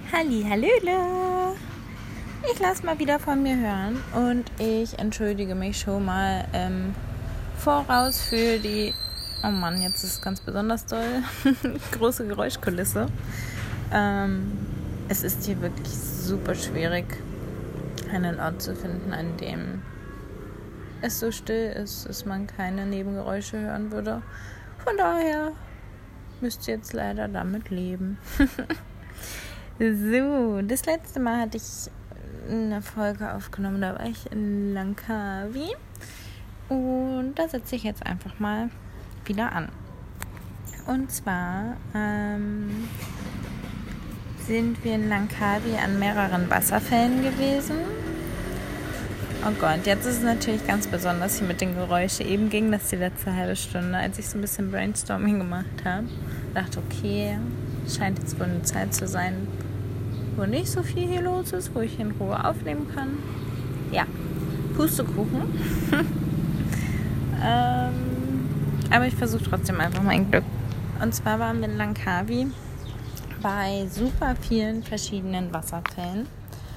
Hallihallöle! Ich lasse mal wieder von mir hören und ich entschuldige mich schon mal voraus für die, oh Mann, jetzt ist es ganz besonders doll, große Geräuschkulisse. Es ist hier wirklich super schwierig, einen Ort zu finden, an dem es so still ist, dass man keine Nebengeräusche hören würde. Von daher müsst ihr jetzt leider damit leben. So, das letzte Mal hatte ich eine Folge aufgenommen, da war ich in Langkawi und da setze ich jetzt einfach mal wieder an. Und zwar sind wir in Langkawi an mehreren Wasserfällen gewesen. Oh Gott, jetzt ist es natürlich ganz besonders hier mit den Geräuschen. Eben ging das die letzte halbe Stunde, als ich so ein bisschen Brainstorming gemacht habe. Dachte, okay, scheint jetzt wohl eine Zeit zu sein, wo nicht so viel hier los ist, wo ich in Ruhe aufnehmen kann. Ja, Pustekuchen. Aber ich versuche trotzdem einfach mein Glück. Und zwar waren wir in Langkawi bei super vielen verschiedenen Wasserfällen.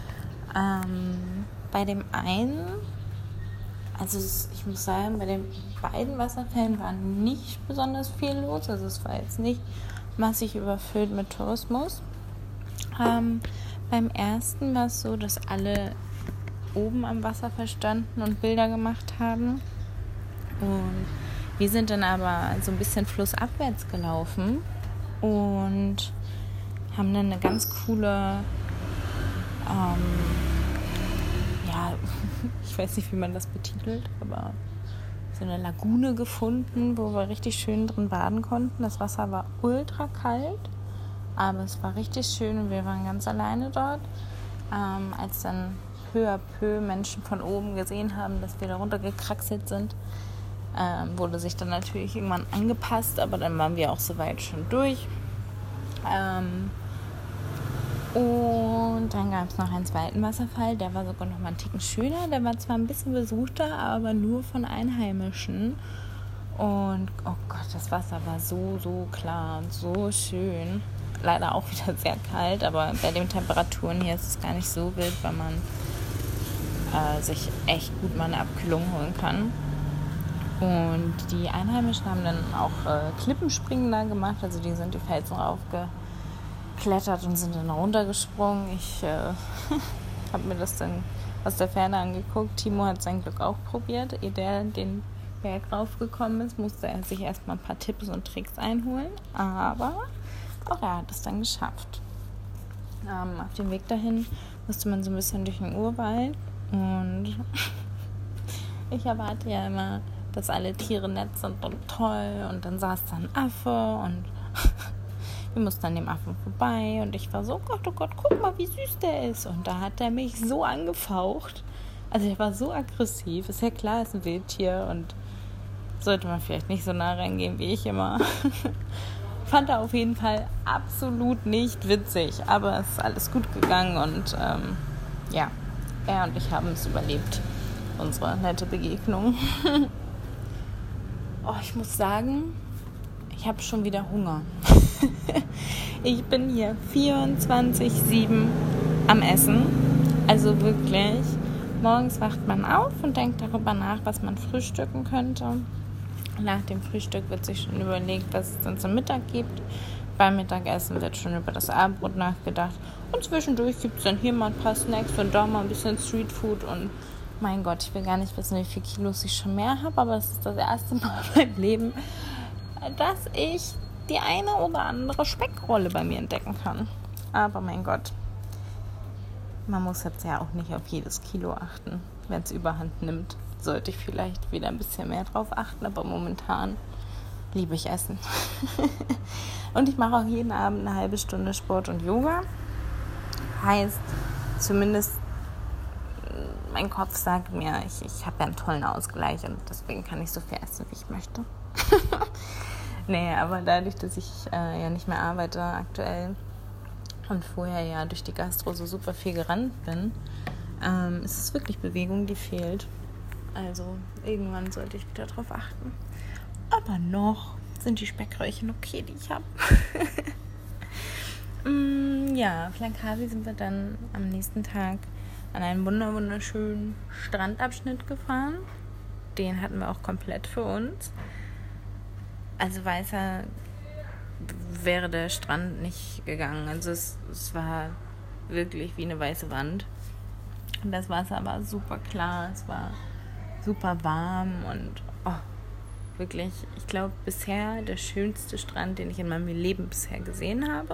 Bei dem einen, also ich muss sagen, bei den beiden Wasserfällen war nicht besonders viel los. Also es war jetzt nicht massig überfüllt mit Tourismus. Beim ersten war es so, dass alle oben am Wasserfall standen und Bilder gemacht haben. Und wir sind dann aber so ein bisschen flussabwärts gelaufen und haben dann eine ganz coole, ich weiß nicht, wie man das betitelt, aber so eine Lagune gefunden, wo wir richtig schön drin baden konnten. Das Wasser war ultra kalt, aber es war richtig schön und wir waren ganz alleine dort. Als dann peu à peu Menschen von oben gesehen haben, dass wir da runtergekraxelt sind, wurde sich dann natürlich irgendwann angepasst, aber dann waren wir auch soweit schon durch. Und dann gab es noch einen zweiten Wasserfall, der war sogar noch mal einen Ticken schöner. Der war zwar ein bisschen besuchter, aber nur von Einheimischen. Und oh Gott, das Wasser war so klar und so schön. Leider auch wieder sehr kalt, aber bei den Temperaturen hier ist es gar nicht so wild, weil man sich echt gut mal eine Abkühlung holen kann. Und die Einheimischen haben dann auch Klippenspringen da gemacht, also die sind die Felsen raufgeklettert und sind dann runtergesprungen. Ich habe mir das dann aus der Ferne angeguckt. Timo hat sein Glück auch probiert. Ehe der den Berg raufgekommen ist, musste er sich erstmal ein paar Tipps und Tricks einholen. Aber auch er hat es dann geschafft. Auf dem Weg dahin musste man so ein bisschen durch den Urwald. Und ich erwarte ja immer, dass alle Tiere nett sind und toll. Und dann saß da ein Affe und wir mussten an dem Affen vorbei. Und ich war so, oh Gott, guck mal, wie süß der ist. Und da hat er mich so angefaucht. Also er war so aggressiv. Ist ja klar, ist ein Wildtier und sollte man vielleicht nicht so nah reingehen wie ich immer. Fand er auf jeden Fall absolut nicht witzig. Aber es ist alles gut gegangen und er und ich haben es überlebt. Unsere nette Begegnung. Ich muss sagen, ich habe schon wieder Hunger. Ich bin hier 24/7 am Essen. Also wirklich, morgens wacht man auf und denkt darüber nach, was man frühstücken könnte. Nach dem Frühstück wird sich schon überlegt, was es dann zum Mittag gibt. Beim Mittagessen wird schon über das Abendbrot nachgedacht. Und zwischendurch gibt es dann hier mal ein paar Snacks und da mal ein bisschen Streetfood. Und mein Gott, ich will gar nicht wissen, wie viele Kilos ich schon mehr habe, aber es ist das erste Mal in meinem Leben, dass ich die eine oder andere Speckrolle bei mir entdecken kann. Aber mein Gott, man muss jetzt ja auch nicht auf jedes Kilo achten. Wenn es Überhand nimmt, sollte ich vielleicht wieder ein bisschen mehr drauf achten, aber momentan liebe ich Essen. Und ich mache auch jeden Abend eine halbe Stunde Sport und Yoga. Heißt, zumindest mein Kopf sagt mir, ich habe ja einen tollen Ausgleich und deswegen kann ich so viel essen, wie ich möchte. Nee, aber dadurch, dass ich ja nicht mehr arbeite aktuell und vorher ja durch die Gastro so super viel gerannt bin, ist es wirklich Bewegung, die fehlt. Also irgendwann sollte ich wieder drauf achten. Aber noch sind die Speckröllchen okay, die ich habe. Ja, auf Langkawi sind wir dann am nächsten Tag an einen wunderschönen Strandabschnitt gefahren. Den hatten wir auch komplett für uns. Also weißer wäre der Strand nicht gegangen. Also es war wirklich wie eine weiße Wand. Und das Wasser war super klar, es war super warm und wirklich, ich glaube, bisher der schönste Strand, den ich in meinem Leben bisher gesehen habe.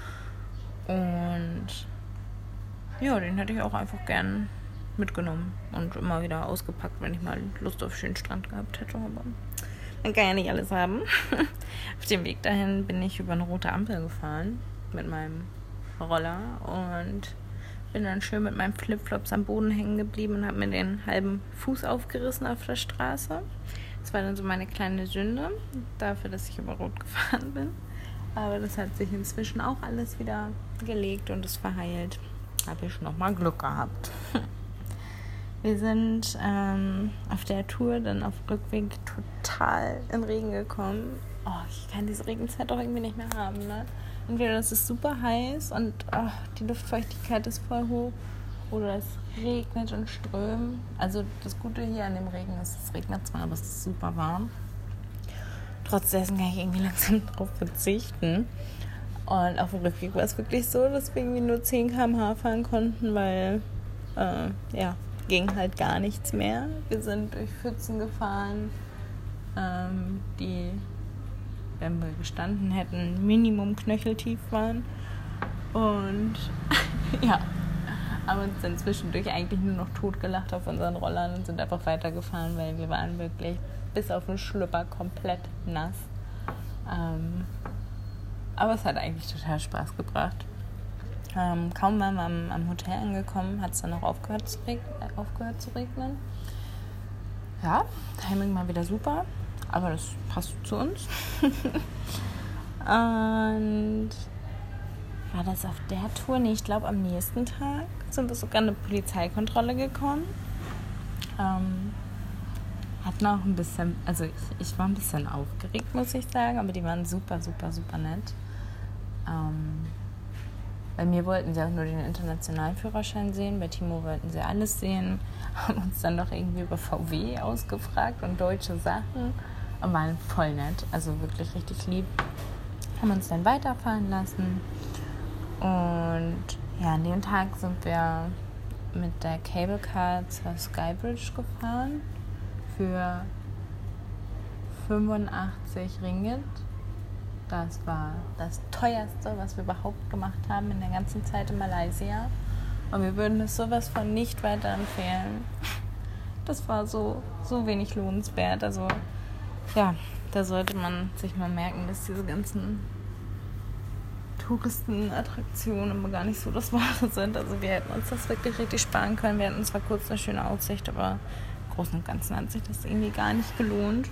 Und ja, den hätte ich auch einfach gern mitgenommen und immer wieder ausgepackt, wenn ich mal Lust auf schönen Strand gehabt hätte. Aber man kann ja nicht alles haben. Auf dem Weg dahin bin ich über eine rote Ampel gefahren mit meinem Roller und bin dann schön mit meinen Flipflops am Boden hängen geblieben und habe mir den halben Fuß aufgerissen auf der Straße. Das war dann so meine kleine Sünde dafür, dass ich über Rot gefahren bin. Aber das hat sich inzwischen auch alles wieder gelegt und ist verheilt. Habe ich nochmal Glück gehabt. Wir sind auf der Tour dann auf Rückweg total in Regen gekommen. Ich kann diese Regenzeit doch irgendwie nicht mehr haben, ne? Entweder das ist super heiß und die Luftfeuchtigkeit ist voll hoch oder es regnet und strömt. Also das Gute hier an dem Regen ist, es regnet zwar, aber es ist super warm. Trotzdem kann ich irgendwie langsam drauf verzichten. Und auf dem Rückweg war es wirklich so, dass wir irgendwie nur 10 km/h fahren konnten, weil ging halt gar nichts mehr. Wir sind durch Pfützen gefahren, die, wenn wir gestanden hätten, Minimum knöcheltief waren. Und haben uns dann zwischendurch eigentlich nur noch totgelacht auf unseren Rollern und sind einfach weitergefahren, weil wir waren wirklich bis auf den Schlüpper komplett nass. Aber es hat eigentlich total Spaß gebracht. Kaum waren wir am Hotel angekommen, hat es dann noch aufgehört zu regnen. Ja, Timing mal wieder super, aber das passt zu uns. Und war das auf der Tour? Nee, ich glaube am nächsten Tag sind wir sogar eine Polizeikontrolle gekommen. Hatten auch ein bisschen, also ich war ein bisschen aufgeregt, muss ich sagen, aber die waren super, super, super nett. Bei mir wollten sie auch nur den internationalen Führerschein sehen, bei Timo wollten sie alles sehen, haben uns dann doch irgendwie über VW ausgefragt und deutsche Sachen und waren voll nett, also wirklich richtig lieb. Haben uns dann weiterfahren lassen und ja, an dem Tag sind wir mit der Cable Car zur Skybridge gefahren für 85 Ringgit. Das war das teuerste, was wir überhaupt gemacht haben in der ganzen Zeit in Malaysia. Und wir würden es sowas von nicht weiterempfehlen. Das war so wenig lohnenswert. Also ja, da sollte man sich mal merken, dass diese ganzen Touristenattraktionen immer gar nicht so das Wahre sind. Also wir hätten uns das wirklich richtig sparen können. Wir hatten zwar kurz eine schöne Aussicht, aber im Großen und Ganzen hat sich das irgendwie gar nicht gelohnt.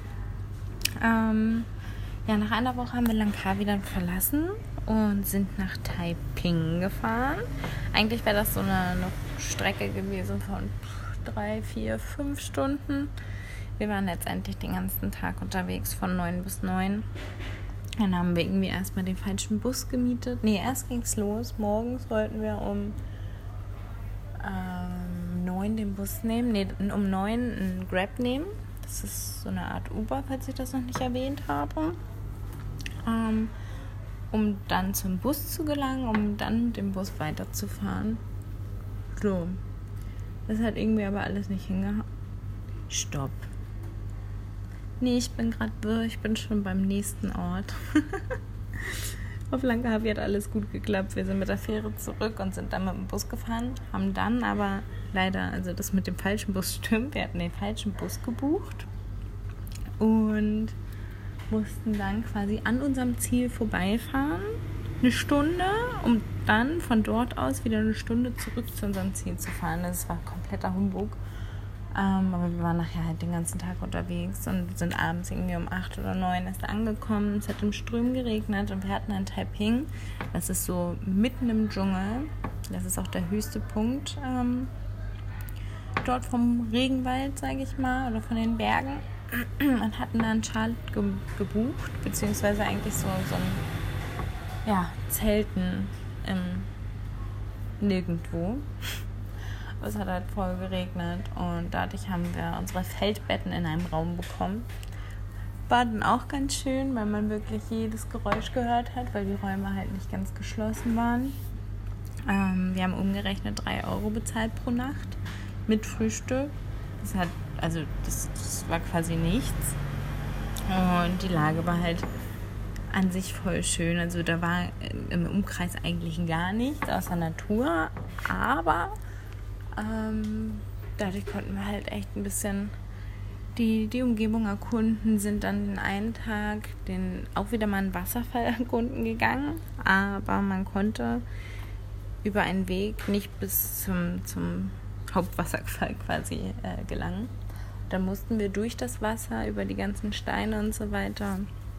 Nach einer Woche haben wir Langkawi dann verlassen und sind nach Taiping gefahren. Eigentlich wäre das so eine Strecke gewesen von 3, 4, 5 Stunden. Wir waren letztendlich den ganzen Tag unterwegs von 9 bis 9. Dann haben wir irgendwie erstmal den falschen Bus gemietet. Nee, erst ging's los. Morgens wollten wir um 9 den Bus nehmen. Nee, um 9 einen Grab nehmen. Das ist so eine Art Uber, falls ich das noch nicht erwähnt habe. Um dann zum Bus zu gelangen, um dann mit dem Bus weiterzufahren. So. Das hat irgendwie aber alles nicht hingehauen. Stopp. Nee, ich bin gerade wirr, ich bin schon beim nächsten Ort. Auf Langkawi hat alles gut geklappt. Wir sind mit der Fähre zurück und sind dann mit dem Bus gefahren. Haben dann aber leider, also das mit dem falschen Bus stimmt, wir hatten den falschen Bus gebucht. Und mussten dann quasi an unserem Ziel vorbeifahren, 1 Stunde, um dann von dort aus wieder 1 Stunde zurück zu unserem Ziel zu fahren. Das war kompletter Humbug. Aber wir waren nachher halt den ganzen Tag unterwegs und sind abends irgendwie um 8 oder 9 erst angekommen. Es hat im Strömen geregnet und wir hatten in Taiping, das ist so mitten im Dschungel, das ist auch der höchste Punkt dort vom Regenwald, sage ich mal, oder von den Bergen. Und hatten da einen Chart gebucht, beziehungsweise eigentlich so ein Zelten Nirgendwo. Es hat halt voll geregnet und dadurch haben wir unsere Feldbetten in einem Raum bekommen. War dann auch ganz schön, weil man wirklich jedes Geräusch gehört hat, weil die Räume halt nicht ganz geschlossen waren. Wir haben umgerechnet 3 € bezahlt pro Nacht mit Frühstück. Das war quasi nichts. Und die Lage war halt an sich voll schön. Also da war im Umkreis eigentlich gar nichts außer Natur. Aber dadurch konnten wir halt echt ein bisschen die Umgebung erkunden, sind dann den einen Tag auch wieder mal einen Wasserfall erkunden gegangen. Aber man konnte über einen Weg nicht bis zum Hauptwasserfall quasi gelangen. Dann mussten wir durch das Wasser, über die ganzen Steine und so weiter,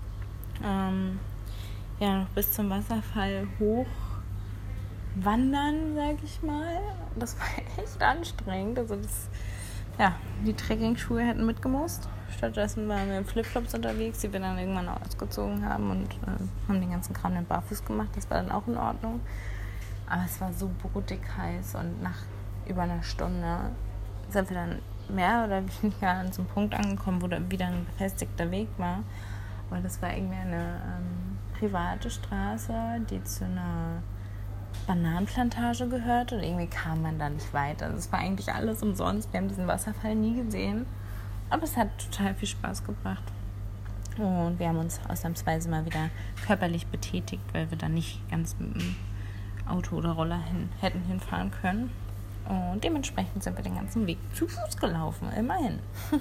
noch bis zum Wasserfall hoch wandern, sag ich mal. Das war echt anstrengend. Also die Trekkingschuhe hätten mitgemusst. Stattdessen waren wir in Flipflops unterwegs, die wir dann irgendwann ausgezogen haben und haben den ganzen Kram dann barfuß gemacht. Das war dann auch in Ordnung. Aber es war so blutig heiß und nach über einer Stunde sind wir dann mehr oder weniger an so einem Punkt angekommen, wo da wieder ein befestigter Weg war. Weil das war irgendwie eine private Straße, die zu einer Bananenplantage gehört und irgendwie kam man da nicht weiter. Also es war eigentlich alles umsonst. Wir haben diesen Wasserfall nie gesehen, aber es hat total viel Spaß gebracht. Und wir haben uns ausnahmsweise mal wieder körperlich betätigt, weil wir da nicht ganz mit dem Auto oder Roller hätten hinfahren können. Und dementsprechend sind wir den ganzen Weg zu Fuß gelaufen, immerhin.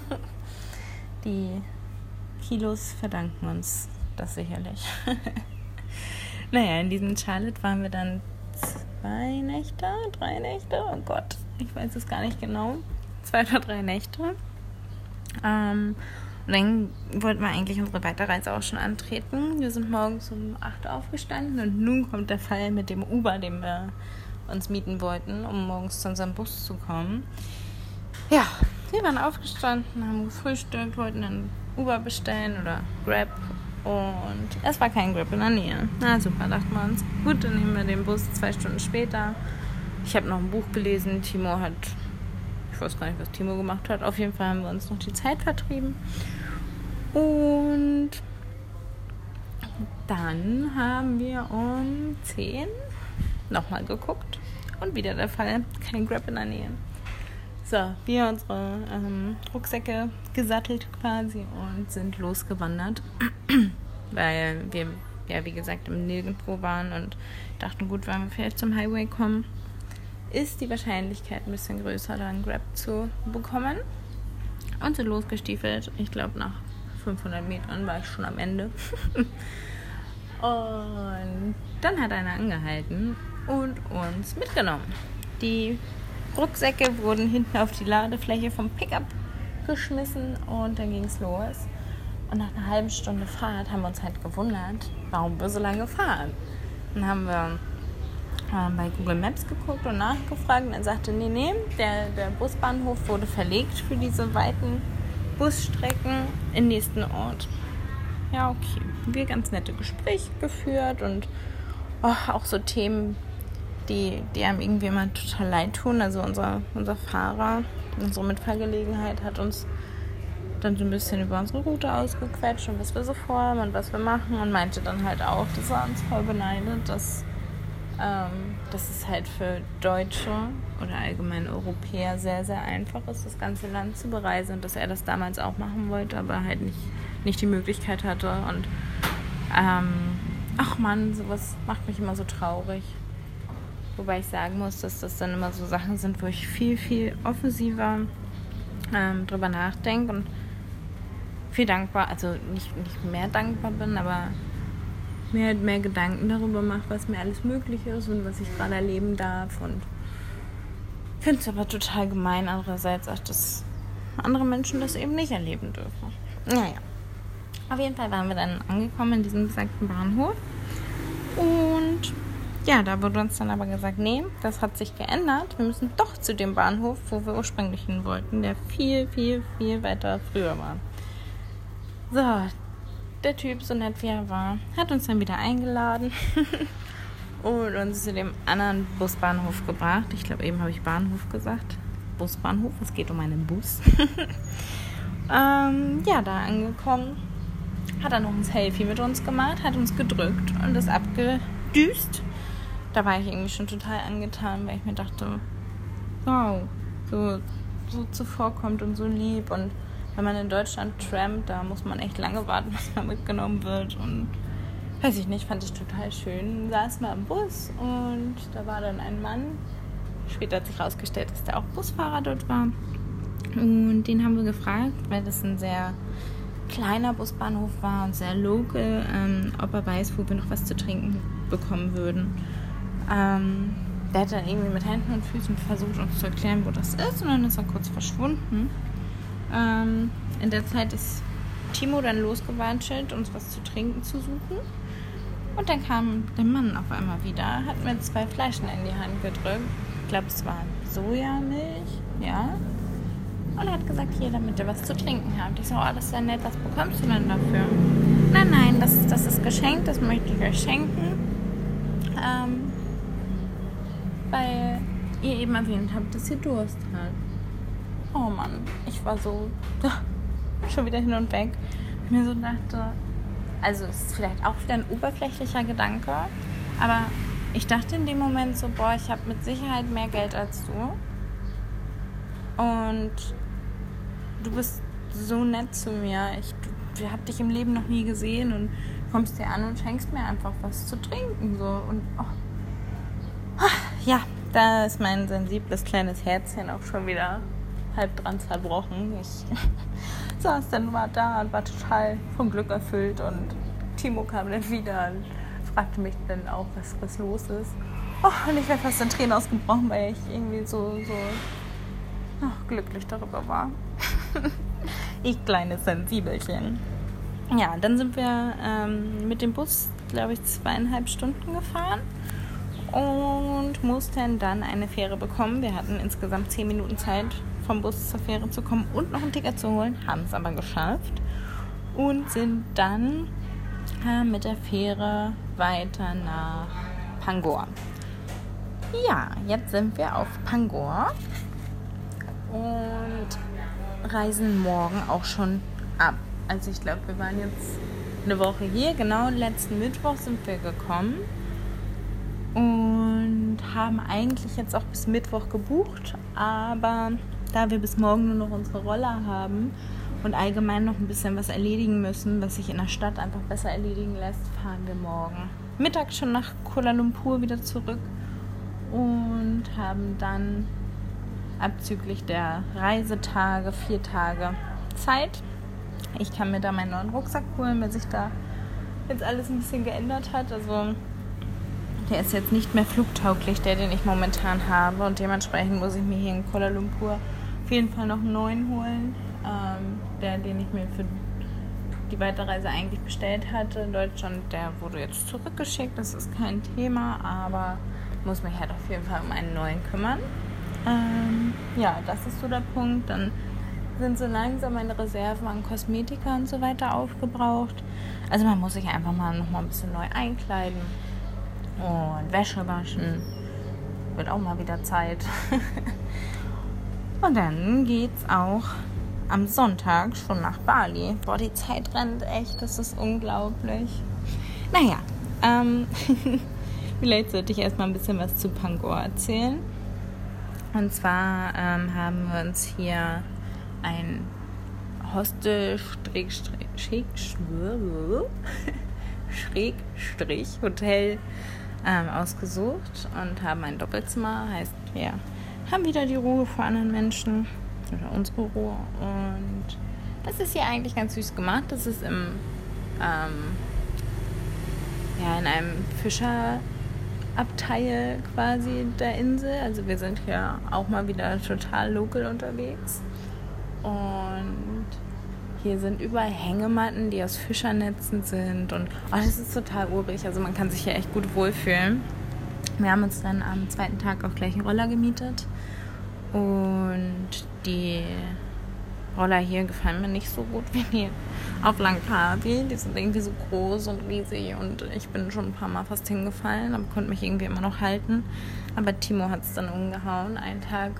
Die Kilos verdanken uns das sicherlich. Naja, in diesem Charlotte waren wir dann 3 Nächte, oh Gott, ich weiß es gar nicht genau, 2 oder 3 Nächte. Und dann wollten wir eigentlich unsere Weiterreise auch schon antreten. Wir sind morgens um 8 Uhr aufgestanden und nun kommt der Fall mit dem Uber, den wir uns mieten wollten, um morgens zu unserem Bus zu kommen. Ja, wir waren aufgestanden, haben gefrühstückt, wollten dann Uber bestellen oder Grab. Und es war kein Grab in der Nähe. Na super, dachten wir uns. Gut, dann nehmen wir den Bus 2 Stunden später. Ich habe noch ein Buch gelesen. Ich weiß gar nicht, was Timo gemacht hat. Auf jeden Fall haben wir uns noch die Zeit vertrieben. Und dann haben wir um 10 nochmal geguckt. Und wieder der Fall, kein Grab in der Nähe. So, wir unsere Rucksäcke gesattelt quasi und sind losgewandert, weil wir, ja wie gesagt, im Nirgendwo waren und dachten, gut, wenn wir vielleicht zum Highway kommen, ist die Wahrscheinlichkeit ein bisschen größer, da einen Grab zu bekommen. Und sind losgestiefelt. Ich glaube, nach 500 Metern war ich schon am Ende. Und dann hat einer angehalten und uns mitgenommen. Die Rucksäcke wurden hinten auf die Ladefläche vom Pickup geschmissen und dann ging es los. Und nach einer halben Stunde Fahrt haben wir uns halt gewundert, warum wir so lange fahren. Dann haben wir bei Google Maps geguckt und nachgefragt und er sagte, nee, der Busbahnhof wurde verlegt für diese weiten Busstrecken in nächsten Ort. Ja, okay. Wir ganz nette Gespräche geführt und auch so Themen, die einem irgendwie immer total leid tun. Also unser Fahrer, unsere Mitfahrgelegenheit hat uns dann so ein bisschen über unsere Route ausgequetscht und was wir so vorhaben und was wir machen und meinte dann halt auch, dass er uns voll beneidet, dass es halt für Deutsche oder allgemein Europäer sehr, sehr einfach ist, das ganze Land zu bereisen und dass er das damals auch machen wollte, aber halt nicht die Möglichkeit hatte und ach Mann, sowas macht mich immer so traurig. Wobei ich sagen muss, dass das dann immer so Sachen sind, wo ich viel, viel offensiver drüber nachdenke und viel dankbar, also nicht mehr dankbar bin, aber mir mehr Gedanken darüber mache, was mir alles möglich ist und was ich gerade erleben darf. Und ich finde es aber total gemein andererseits, auch dass andere Menschen das eben nicht erleben dürfen. Naja, auf jeden Fall waren wir dann angekommen in diesem besagten Bahnhof und ja, da wurde uns dann aber gesagt, nee, das hat sich geändert. Wir müssen doch zu dem Bahnhof, wo wir ursprünglich hin wollten, der viel, viel, viel weiter früher war. So, der Typ, so nett wie er war, hat uns dann wieder eingeladen und uns zu dem anderen Busbahnhof gebracht. Ich glaube, eben habe ich Bahnhof gesagt. Busbahnhof, es geht um einen Bus. Da angekommen, hat er noch ein Selfie mit uns gemacht, hat uns gedrückt und ist abgedüst. Da war ich irgendwie schon total angetan, weil ich mir dachte, wow, so zuvorkommt und so lieb. Und wenn man in Deutschland trampt, da muss man echt lange warten, bis man mitgenommen wird. Und weiß ich nicht, fand ich total schön. Saßen wir am Bus und da war dann ein Mann. Später hat sich herausgestellt, dass der auch Busfahrer dort war. Und den haben wir gefragt, weil das ein sehr kleiner Busbahnhof war und sehr local, ob er weiß, wo wir noch was zu trinken bekommen würden. Der hat dann irgendwie mit Händen und Füßen versucht, uns zu erklären, wo das ist, und dann ist er kurz verschwunden. In der Zeit ist Timo dann losgewatschelt, uns was zu trinken zu suchen. Und dann kam der Mann auf einmal wieder, hat mir 2 Flaschen in die Hand gedrückt. Ich glaube, es war Sojamilch, ja. Und er hat gesagt, hier, damit ihr was zu trinken habt. Ich so, das ist ja nett, was bekommst du denn dafür? Nein, das ist geschenkt, das möchte ich euch schenken. Weil ihr eben erwähnt habt, dass ihr Durst habt. Oh Mann, ich war so schon wieder hin und weg. Ich mir so dachte, also es ist vielleicht auch wieder ein oberflächlicher Gedanke, aber ich dachte in dem Moment so, ich habe mit Sicherheit mehr Geld als du. Und du bist so nett zu mir. Ich habe dich im Leben noch nie gesehen und kommst dir an und schenkst mir einfach was zu trinken. So. Und ja, da ist mein sensibles kleines Herzchen auch schon wieder halb dran zerbrochen. Ich saß dann mal da und war total vom Glück erfüllt. Und Timo kam dann wieder und fragte mich dann auch, was los ist. Und ich wäre fast in Tränen ausgebrochen, weil ich irgendwie so glücklich darüber war. Ich kleines Sensibelchen. Ja, dann sind wir mit dem Bus, glaube ich, 2,5 Stunden gefahren und mussten dann eine Fähre bekommen. Wir hatten insgesamt 10 Minuten Zeit, vom Bus zur Fähre zu kommen und noch ein Ticket zu holen, haben es aber geschafft und sind dann mit der Fähre weiter nach Pangor. Ja, jetzt sind wir auf Pangor und reisen morgen auch schon ab. Also ich glaube, wir waren jetzt eine Woche hier. Genau, letzten Mittwoch sind wir gekommen und haben eigentlich jetzt auch bis Mittwoch gebucht. Aber da wir bis morgen nur noch unsere Roller haben und allgemein noch ein bisschen was erledigen müssen, was sich in der Stadt einfach besser erledigen lässt, fahren wir morgen Mittag schon nach Kuala Lumpur wieder zurück und haben dann abzüglich der Reisetage 4 Tage Zeit. Ich kann mir da meinen neuen Rucksack holen, weil sich da jetzt alles ein bisschen geändert hat. Also der ist jetzt nicht mehr flugtauglich, den ich momentan habe. Und dementsprechend muss ich mir hier in Kuala Lumpur auf jeden Fall noch einen neuen holen. Den ich mir für die Weiterreise eigentlich bestellt hatte in Deutschland, der wurde jetzt zurückgeschickt. Das ist kein Thema, aber ich muss mich halt auf jeden Fall um einen neuen kümmern. Das ist so der Punkt. Dann sind so langsam meine Reserven an Kosmetika und so weiter aufgebraucht. Also man muss sich einfach mal noch mal ein bisschen neu einkleiden und Wäsche waschen. Wird auch mal wieder Zeit. Und dann geht's auch am Sonntag schon nach Bali. Boah, die Zeit rennt echt, das ist unglaublich. Naja, vielleicht sollte ich erstmal ein bisschen was zu Pangor erzählen. Und zwar haben wir uns hier ein Hostel-Hotel ausgesucht und haben ein Doppelzimmer. Heißt, wir haben wieder die Ruhe vor anderen Menschen oder unsere Ruhe. Und das ist hier eigentlich ganz süß gemacht. Das ist in einem Fischerabteil quasi der Insel. Also wir sind hier auch mal wieder total local unterwegs. Und hier sind überall Hängematten, die aus Fischernetzen sind. Und das ist total urig. Also man kann sich hier echt gut wohlfühlen. Wir haben uns dann am 2. Tag auch gleich einen Roller gemietet. Und die Roller hier gefallen mir nicht so gut wie die auf Langkawi. Die sind irgendwie so groß und riesig und ich bin schon ein paar Mal fast hingefallen, aber konnte mich irgendwie immer noch halten. Aber Timo hat es dann umgehauen. Einen Tag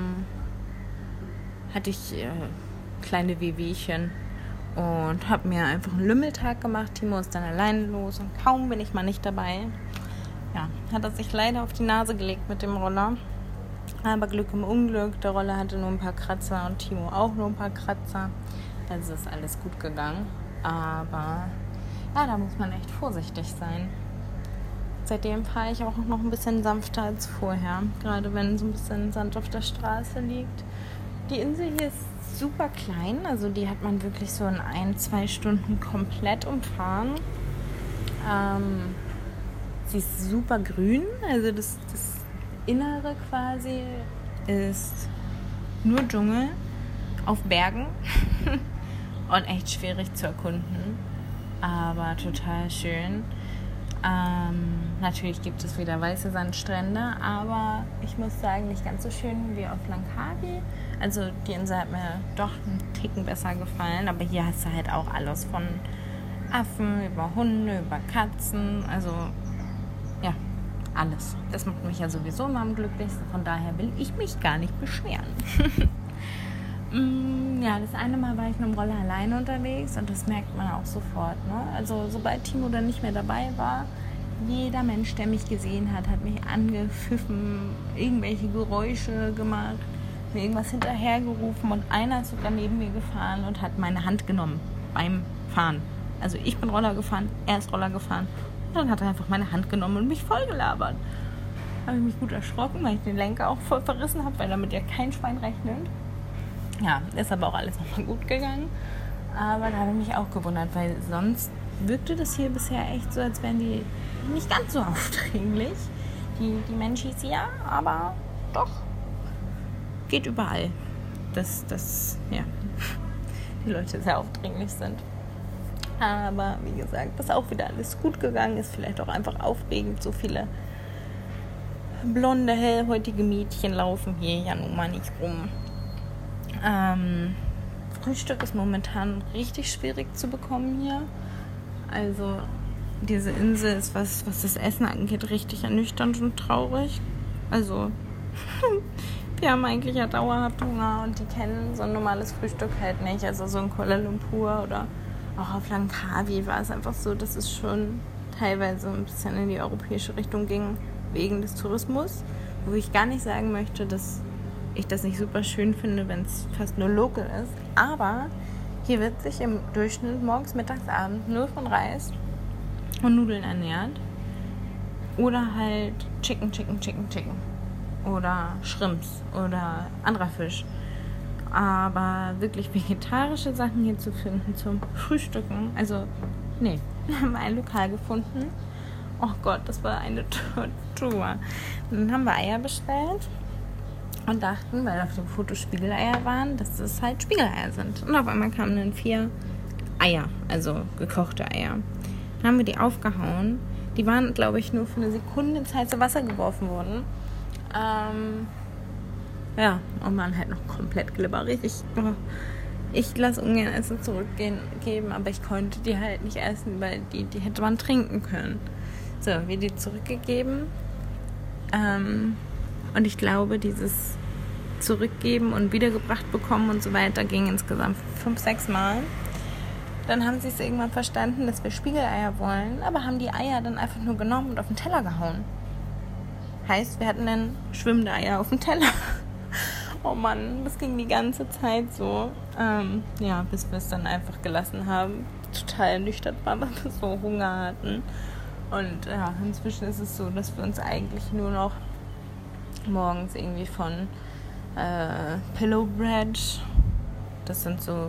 hatte ich kleine Wehwehchen und habe mir einfach einen Lümmeltag gemacht. Timo ist dann alleine los und kaum bin ich mal nicht dabei. Ja, hat er sich leider auf die Nase gelegt mit dem Roller. Aber Glück im Unglück, der Roller hatte nur ein paar Kratzer und Timo auch nur ein paar Kratzer. Also ist alles gut gegangen. Aber ja, da muss man echt vorsichtig sein. Seitdem fahre ich auch noch ein bisschen sanfter als vorher. Gerade wenn so ein bisschen Sand auf der Straße liegt. Die Insel hier ist super klein. Also die hat man wirklich so in 1-2 Stunden komplett umfahren. Sie ist super grün. Also das Innere quasi ist nur Dschungel auf Bergen und echt schwierig zu erkunden, aber total schön. Natürlich gibt es wieder weiße Sandstrände, aber ich muss sagen, nicht ganz so schön wie auf Langkawi. Also die Insel hat mir doch einen Ticken besser gefallen, aber hier hast du halt auch alles von Affen über Hunde, über Katzen, also ja, alles. Das macht mich ja sowieso immer am glücklichsten, von daher will ich mich gar nicht beschweren. Ja, das eine Mal war ich mit dem Roller alleine unterwegs und das merkt man auch sofort. Ne? Also sobald Timo dann nicht mehr dabei war, jeder Mensch, der mich gesehen hat, hat mich angepfiffen, irgendwelche Geräusche gemacht, mir irgendwas hinterhergerufen und einer ist sogar neben mir gefahren und hat meine Hand genommen beim Fahren. Also ich bin Roller gefahren, er ist Roller gefahren. Dann hat er einfach meine Hand genommen und mich voll gelabert. Habe ich mich gut erschrocken, weil ich den Lenker auch voll verrissen habe, weil damit ja kein Schwein rechnet. Ja, ist aber auch alles nochmal gut gegangen. Aber da habe ich mich auch gewundert, weil sonst wirkte das hier bisher echt so, als wären die nicht ganz so aufdringlich. Die Menschis ja, aber doch. Geht überall. Dass ja, die Leute sehr aufdringlich sind. Aber wie gesagt, ist auch wieder alles gut gegangen. Ist vielleicht auch einfach aufregend. So viele blonde, hellhäutige Mädchen laufen hier ja nun mal nicht rum. Frühstück ist momentan richtig schwierig zu bekommen hier. Also diese Insel ist, was das Essen angeht, richtig ernüchternd und traurig. Also wir haben eigentlich ja dauerhaft Hunger und die kennen so ein normales Frühstück halt nicht. Also so in Kuala Lumpur oder auch auf Langkawi war es einfach so, dass es schon teilweise ein bisschen in die europäische Richtung ging, wegen des Tourismus. Wo ich gar nicht sagen möchte, dass ich das nicht super schön finde, wenn es fast nur local ist. Aber hier wird sich im Durchschnitt morgens, mittags, abends nur von Reis und Nudeln ernährt. Oder halt Chicken. Oder Shrimps oder anderer Fisch. Aber wirklich vegetarische Sachen hier zu finden zum Frühstücken, also nee, wir haben ein Lokal gefunden. Oh Gott, das war eine Tortur. Dann haben wir Eier bestellt und dachten, weil auf dem Foto Spiegeleier waren, dass das halt Spiegeleier sind. Und auf einmal kamen dann 4 Eier, also gekochte Eier. Dann haben wir die aufgehauen. Die waren, glaube ich, nur für eine Sekunde ins heiße Wasser geworfen worden. Ja, und waren halt noch komplett glibberig. Ich lasse ungern Essen zurückgeben, aber ich konnte die halt nicht essen, weil die hätte man trinken können. So, wir die zurückgegeben. Und ich glaube, dieses Zurückgeben und wiedergebracht bekommen und so weiter ging insgesamt 5-6 Mal. Dann haben sie es irgendwann verstanden, dass wir Spiegeleier wollen, aber haben die Eier dann einfach nur genommen und auf den Teller gehauen. Heißt, wir hatten dann schwimmende Eier auf dem Teller. Oh Mann, das ging die ganze Zeit so. Ja, bis wir es dann einfach gelassen haben. Total ernüchtert waren, weil wir so Hunger hatten. Und ja, inzwischen ist es so, dass wir uns eigentlich nur noch morgens irgendwie von Pillow Bread, das sind so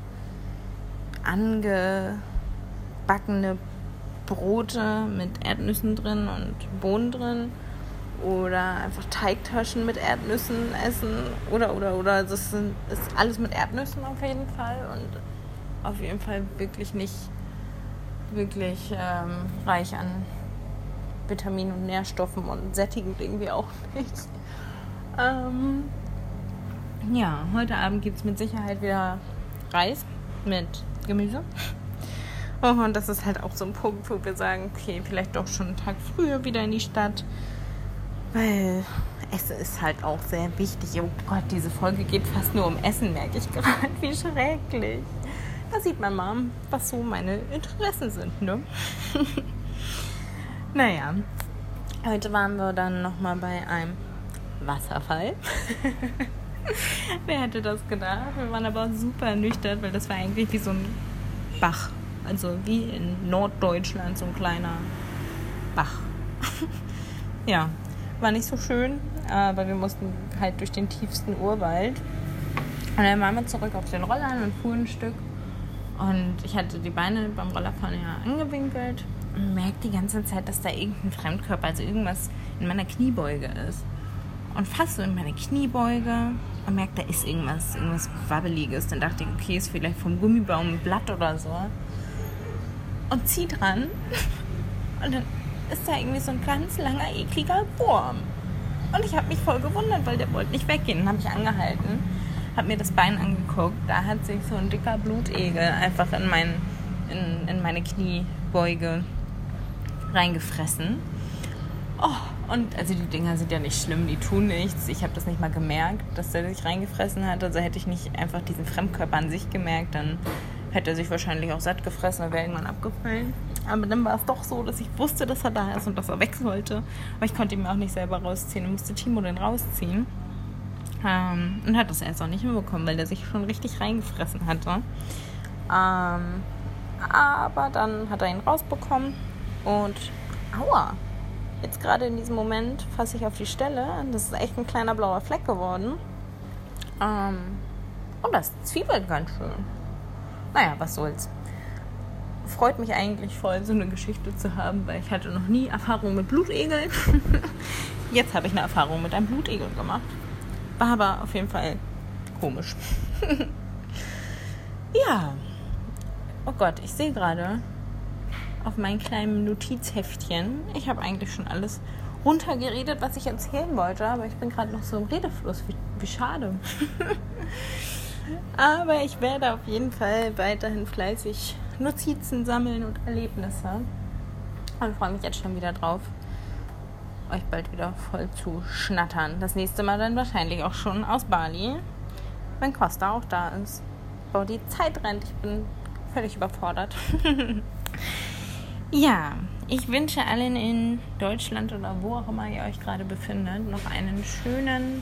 angebackene Brote mit Erdnüssen drin und Bohnen drin, oder einfach Teigtaschen mit Erdnüssen essen oder das ist alles mit Erdnüssen auf jeden Fall und auf jeden Fall wirklich nicht wirklich reich an Vitaminen und Nährstoffen und sättigend irgendwie auch nicht. Ja, heute Abend gibt es mit Sicherheit wieder Reis mit Gemüse. Oh, und das ist halt auch so ein Punkt, wo wir sagen, okay, vielleicht doch schon einen Tag früher wieder in die Stadt. Weil Essen ist halt auch sehr wichtig. Oh Gott, diese Folge geht fast nur um Essen, merke ich gerade. Wie schrecklich. Da sieht man mal, was so meine Interessen sind, ne? Naja, heute waren wir dann nochmal bei einem Wasserfall. Wer hätte das gedacht? Wir waren aber super ernüchtert, weil das war eigentlich wie so ein Bach. Also wie in Norddeutschland so ein kleiner Bach. Ja, war nicht so schön, aber wir mussten halt durch den tiefsten Urwald. Und dann waren wir zurück auf den Rollern und fuhren ein Stück. Und ich hatte die Beine beim Rollerfahren ja angewinkelt und merkte die ganze Zeit, dass da irgendein Fremdkörper, also irgendwas in meiner Kniebeuge ist. Und fast so in meine Kniebeuge und merkte, da ist irgendwas Wabbeliges. Dann dachte ich, okay, ist vielleicht vom Gummibaum ein Blatt oder so. Und zieh dran und dann ist da irgendwie so ein ganz langer, ekliger Wurm. Und ich habe mich voll gewundert, weil der wollte nicht weggehen. Dann habe ich angehalten, habe mir das Bein angeguckt. Da hat sich so ein dicker Blutegel einfach in meine Kniebeuge reingefressen. Oh, und also die Dinger sind ja nicht schlimm, die tun nichts. Ich habe das nicht mal gemerkt, dass der sich reingefressen hat. Also hätte ich nicht einfach diesen Fremdkörper an sich gemerkt, dann hätte er sich wahrscheinlich auch satt gefressen und wäre irgendwann abgefallen. Aber dann war es doch so, dass ich wusste, dass er da ist und dass er weg sollte. Aber ich konnte ihn mir auch nicht selber rausziehen. Ich musste Timo den rausziehen. Und hat das erst auch nicht hinbekommen, weil der sich schon richtig reingefressen hatte. Aber dann hat er ihn rausbekommen und aua! Jetzt gerade in diesem Moment fasse ich auf die Stelle. Das ist echt ein kleiner blauer Fleck geworden. Und das zwiebelt ganz schön. Naja, was soll's. Freut mich eigentlich voll, so eine Geschichte zu haben, weil ich hatte noch nie Erfahrung mit Blutegeln. Jetzt habe ich eine Erfahrung mit einem Blutegel gemacht. War aber auf jeden Fall komisch. Ja. Oh Gott, ich sehe gerade auf meinem kleinen Notizheftchen, ich habe eigentlich schon alles runtergeredet, was ich erzählen wollte, aber ich bin gerade noch so im Redefluss. Wie schade. Aber ich werde auf jeden Fall weiterhin fleißig Notizen sammeln und Erlebnisse. Und freue mich jetzt schon wieder drauf, euch bald wieder voll zu schnattern. Das nächste Mal dann wahrscheinlich auch schon aus Bali, wenn Costa auch da ist. Boah, die Zeit rennt. Ich bin völlig überfordert. Ja, ich wünsche allen in Deutschland oder wo auch immer ihr euch gerade befindet, noch einen schönen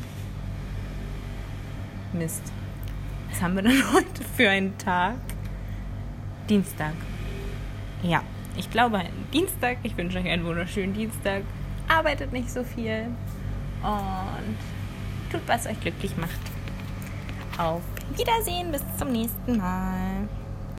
Mist. Was haben wir denn heute für einen Tag? Dienstag. Ja, ich glaube Dienstag. Ich wünsche euch einen wunderschönen Dienstag. Arbeitet nicht so viel und tut, was euch glücklich macht. Auf Wiedersehen, bis zum nächsten Mal.